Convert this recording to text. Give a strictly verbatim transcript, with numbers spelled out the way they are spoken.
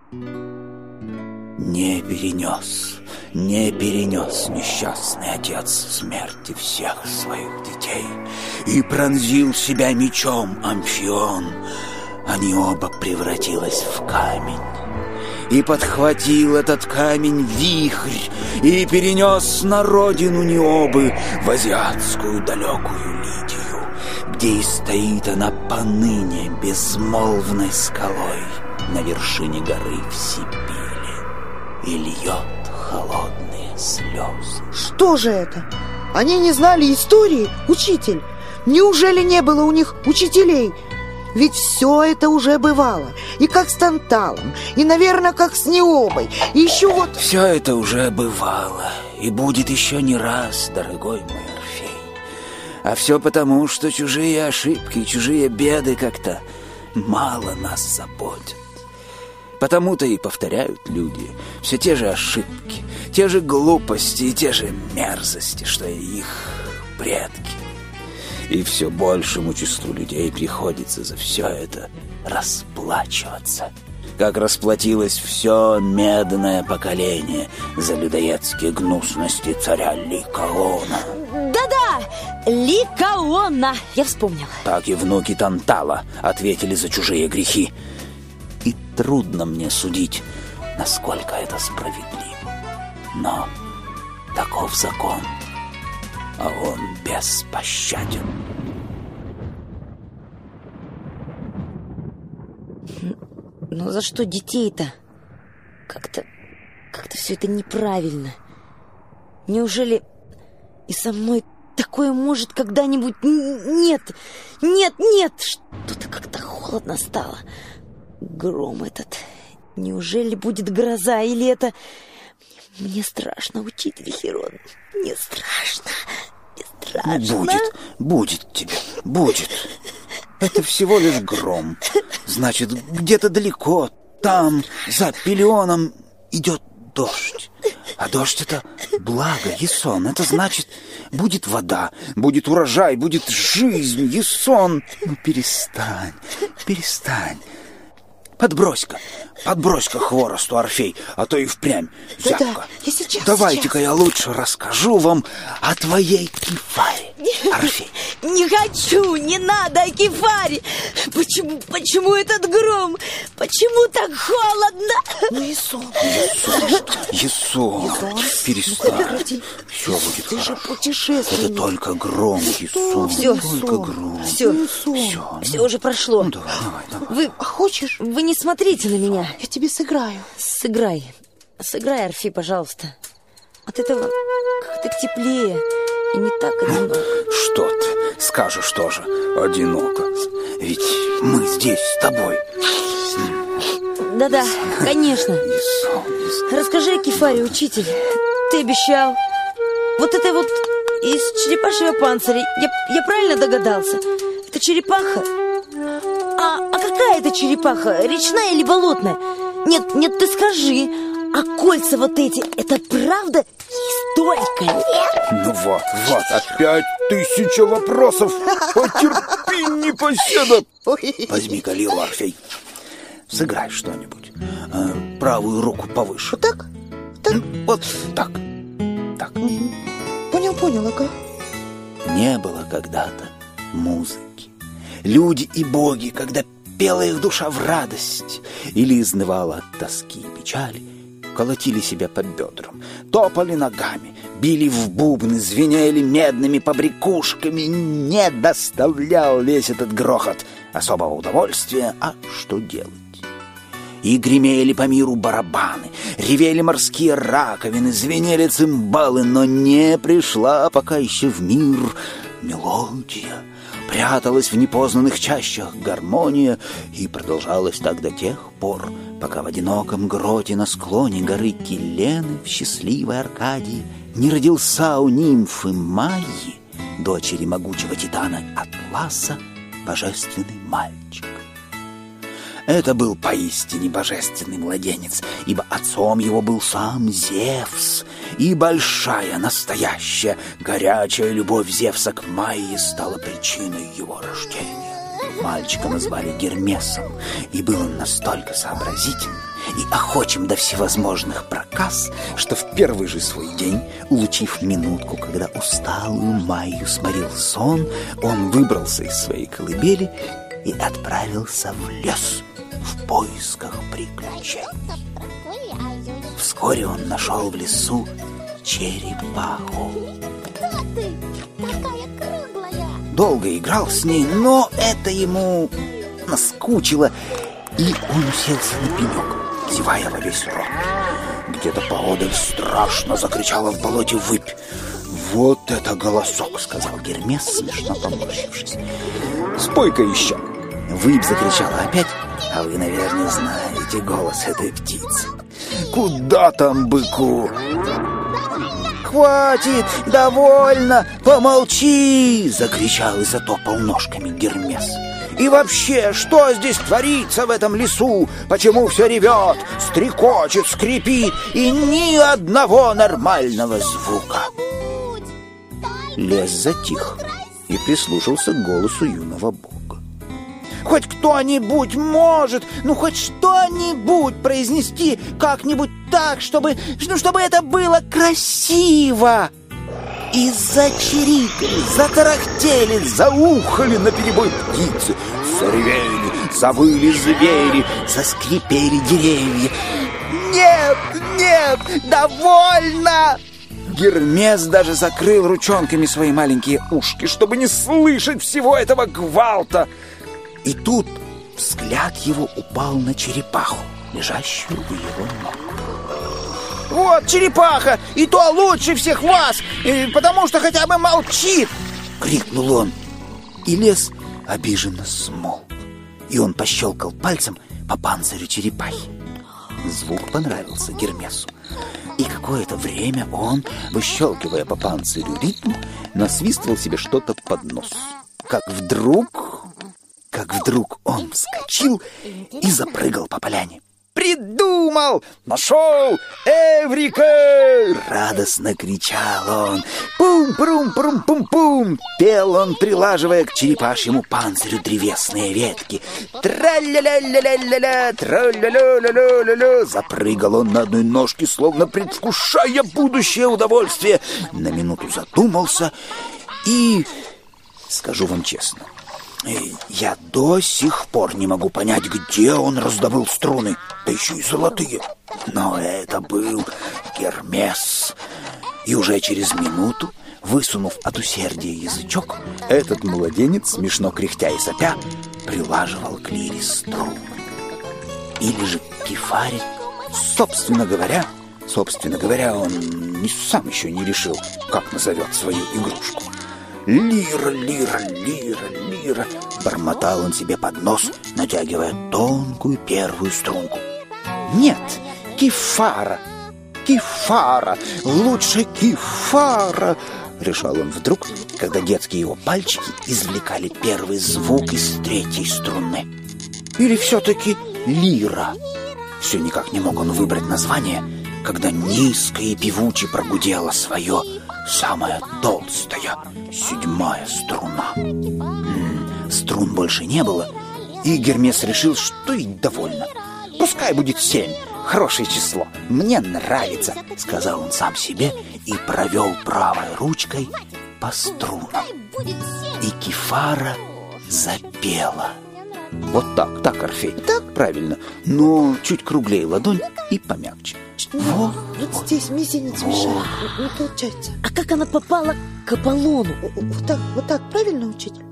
Не перенес, не перенес несчастный отец смерти всех своих детей и пронзил себя мечом Амфион. Они оба превратились в камень. И подхватил этот камень вихрь и перенес на родину Необы, в азиатскую далекую Лидию, где и стоит она поныне безмолвной скалой на вершине горы в Сибили и льет холодные слезы. Что же это? Они не знали истории, учитель? Неужели не было у них учителей? Ведь все это уже бывало. И как с Танталом, и, наверное, как с Необой. И еще вот... Все это уже бывало. И будет еще не раз, дорогой мой Орфей. А все потому, что чужие ошибки, чужие беды как-то мало нас заботят. Потому-то и повторяют люди все те же ошибки, те же глупости и те же мерзости, что и их предки. И все большему числу людей приходится за все это расплачиваться, как расплатилось все медное поколение за людоедские гнусности царя Ликаона. Да-да, Ликаона, я вспомнила. Так и внуки Тантала ответили за чужие грехи. И трудно мне судить, насколько это справедливо. Но таков закон, а он беспощаден. Но за что детей-то? Как-то, как-то все это неправильно. Неужели и со мной такое может когда-нибудь? Нет, нет, нет! Что-то как-то холодно стало. Гром этот. Неужели будет гроза, или это... Мне страшно, учитель Хирон. Мне страшно. Мне страшно. Будет, будет тебе, будет. Это всего лишь гром. Значит, где-то далеко, там, за Пелионом, идет дождь. А дождь — это благо, Ясон. Это значит, будет вода, будет урожай, будет жизнь, Ясон. Ну, перестань, перестань. Подбрось-ка, подбрось-ка хворосту, Орфей, а то и впрямь зябко. Да-да, я сейчас, Давайте-ка сейчас. я лучше расскажу вам о твоей Кефаре, Орфей. Не хочу, не надо о Кефаре. Почему, почему этот гром? Почему так холодно? Ну, Ясон, Ясон, Ясон, перестань. Все будет ты хорошо. же путешественник. Это только гром, Ясон, Все, только гром. Все, Все, все уже прошло. Ну, давай, давай, давай. Вы, А хочешь, вы не смотрите на меня. я тебе сыграю? Сыграй, сыграй, Орфей, пожалуйста. От этого как-то теплее и не так одиноко. Что ты скажешь тоже одиноко? Ведь мы здесь с тобой. Да-да, конечно. Ясон, Ясон. Расскажи о Кефаре, учитель. Ты обещал. Вот это вот из черепашьего панциря. Я, я правильно догадался? Это черепаха? А, а какая это черепаха? Речная или болотная? Нет, нет, ты скажи. А кольца вот эти, это правда и столько лет? Ну вот, вот, опять тысяча вопросов. Потерпи, непоседа. Возьми-ка лиру, Орфей. Сыграй что-нибудь. Э, правую руку повыше. Вот так? Так? Вот так. Так. Понял, понял, ага. Не было когда-то музыки. Люди и боги, когда пела их душа в радость или изнывала от тоски и печали, колотили себя по бедрам, топали ногами, били в бубны, звенели медными побрякушками. Не доставлял весь этот грохот особого удовольствия, а что делать? И гремели по миру барабаны, ревели морские раковины, звенели цимбалы, но не пришла пока еще в мир мелодия. Пряталась в непознанных чащах гармония и продолжалась так до тех пор, пока в одиноком гроте на склоне горы Килены в счастливой Аркадии не родился у нимфы Майи, дочери могучего титана Атласа, божественный мальчик. Это был поистине божественный младенец, ибо отцом его был сам Зевс, и большая, настоящая, горячая любовь Зевса к Майе стала причиной его рождения. Мальчика назвали Гермесом, и был он настолько сообразительным, и охочим до всевозможных проказ, что в первый же свой день, улучив минутку, когда усталую Майю сморил сон, он выбрался из своей колыбели и отправился в лес в поисках приключений. Вскоре он нашел в лесу черепаху. Кто ты? Такая круглая. Долго играл с ней, но это ему наскучило, и он уселся на пенек, зевая во весь рот. Где-то поодаль страшно закричала в болоте выпь. «Вот это голосок!» — сказал Гермес, смешно поморщившись. «Спой-ка еще!» Выпь закричала опять, а вы, наверное, знаете голос этой птицы. «Куда там быку?» «Хватит! Довольно! Помолчи!» — закричал и затопал ножками Гермес. «И вообще, что здесь творится в этом лесу? Почему все ревет, стрекочет, скрипит, и ни одного нормального звука?» Лес затих и прислушался к голосу юного бога. «Хоть кто-нибудь может, ну хоть что-нибудь произнести как-нибудь так, чтобы, ну, чтобы это было красиво!» И зачирикали, затарахтели, заухали наперебой птицы, заревели, завыли звери, заскрипели деревья. «Нет, нет, довольно!» Гермес даже закрыл ручонками свои маленькие ушки, чтобы не слышать всего этого гвалта. И тут взгляд его упал на черепаху, лежащую у его ног. «Вот черепаха, и то лучше всех вас, потому что хотя бы молчит!» — крикнул он. И лес обиженно смолк, и он пощелкал пальцем по панцирю черепахи. Звук понравился Гермесу, и какое-то время он, выщелкивая по панцирю ритм, насвистывал себе что-то под нос. Как вдруг... Как вдруг он вскочил и запрыгал по поляне. «Придумал! Нашел! Эврика!» — радостно кричал он. «Пум-прум-прум-пум-пум!» — пел он, прилаживая к черепашьему панцирю древесные ветки. «Тра-ля-ля-ля-ля-ля-ля! Тра-ля-ля-ля-ля-ля-ля!» Запрыгал он на одной ножке, словно предвкушая будущее удовольствие. На минуту задумался и... Скажу вам честно, я до сих пор не могу понять, где он раздобыл струны, да еще и золотые. Но это был Гермес. И уже через минуту, высунув от усердия язычок, этот младенец, смешно кряхтя и сопя, прилаживал к лире струны. Или же к кефаре. Собственно говоря, собственно говоря, он не сам еще не решил, как назовет свою игрушку. «Лира, лира, лира, лира!» — бормотал он себе под нос, натягивая тонкую первую струнку. «Нет, кефара! Кефара! Лучше кефара!» — решал он вдруг, когда детские его пальчики извлекали первый звук из третьей струны. «Или все-таки лира?» Все никак не мог он выбрать название, когда низко и певуче прогудела свое самая толстая, седьмая струна. М-м, струн больше не было, и Гермес решил, что и довольно. «Пускай будет семь, хорошее число, мне нравится», — сказал он сам себе и провел правой ручкой по струнам. И кефара запела. Вот так, так, Орфей, так правильно, но чуть круглее ладонь и помягче. Вот, вот здесь мизинец мешает, не получается. А как она попала к Аполлону? Вот так, вот так, правильно, учитель?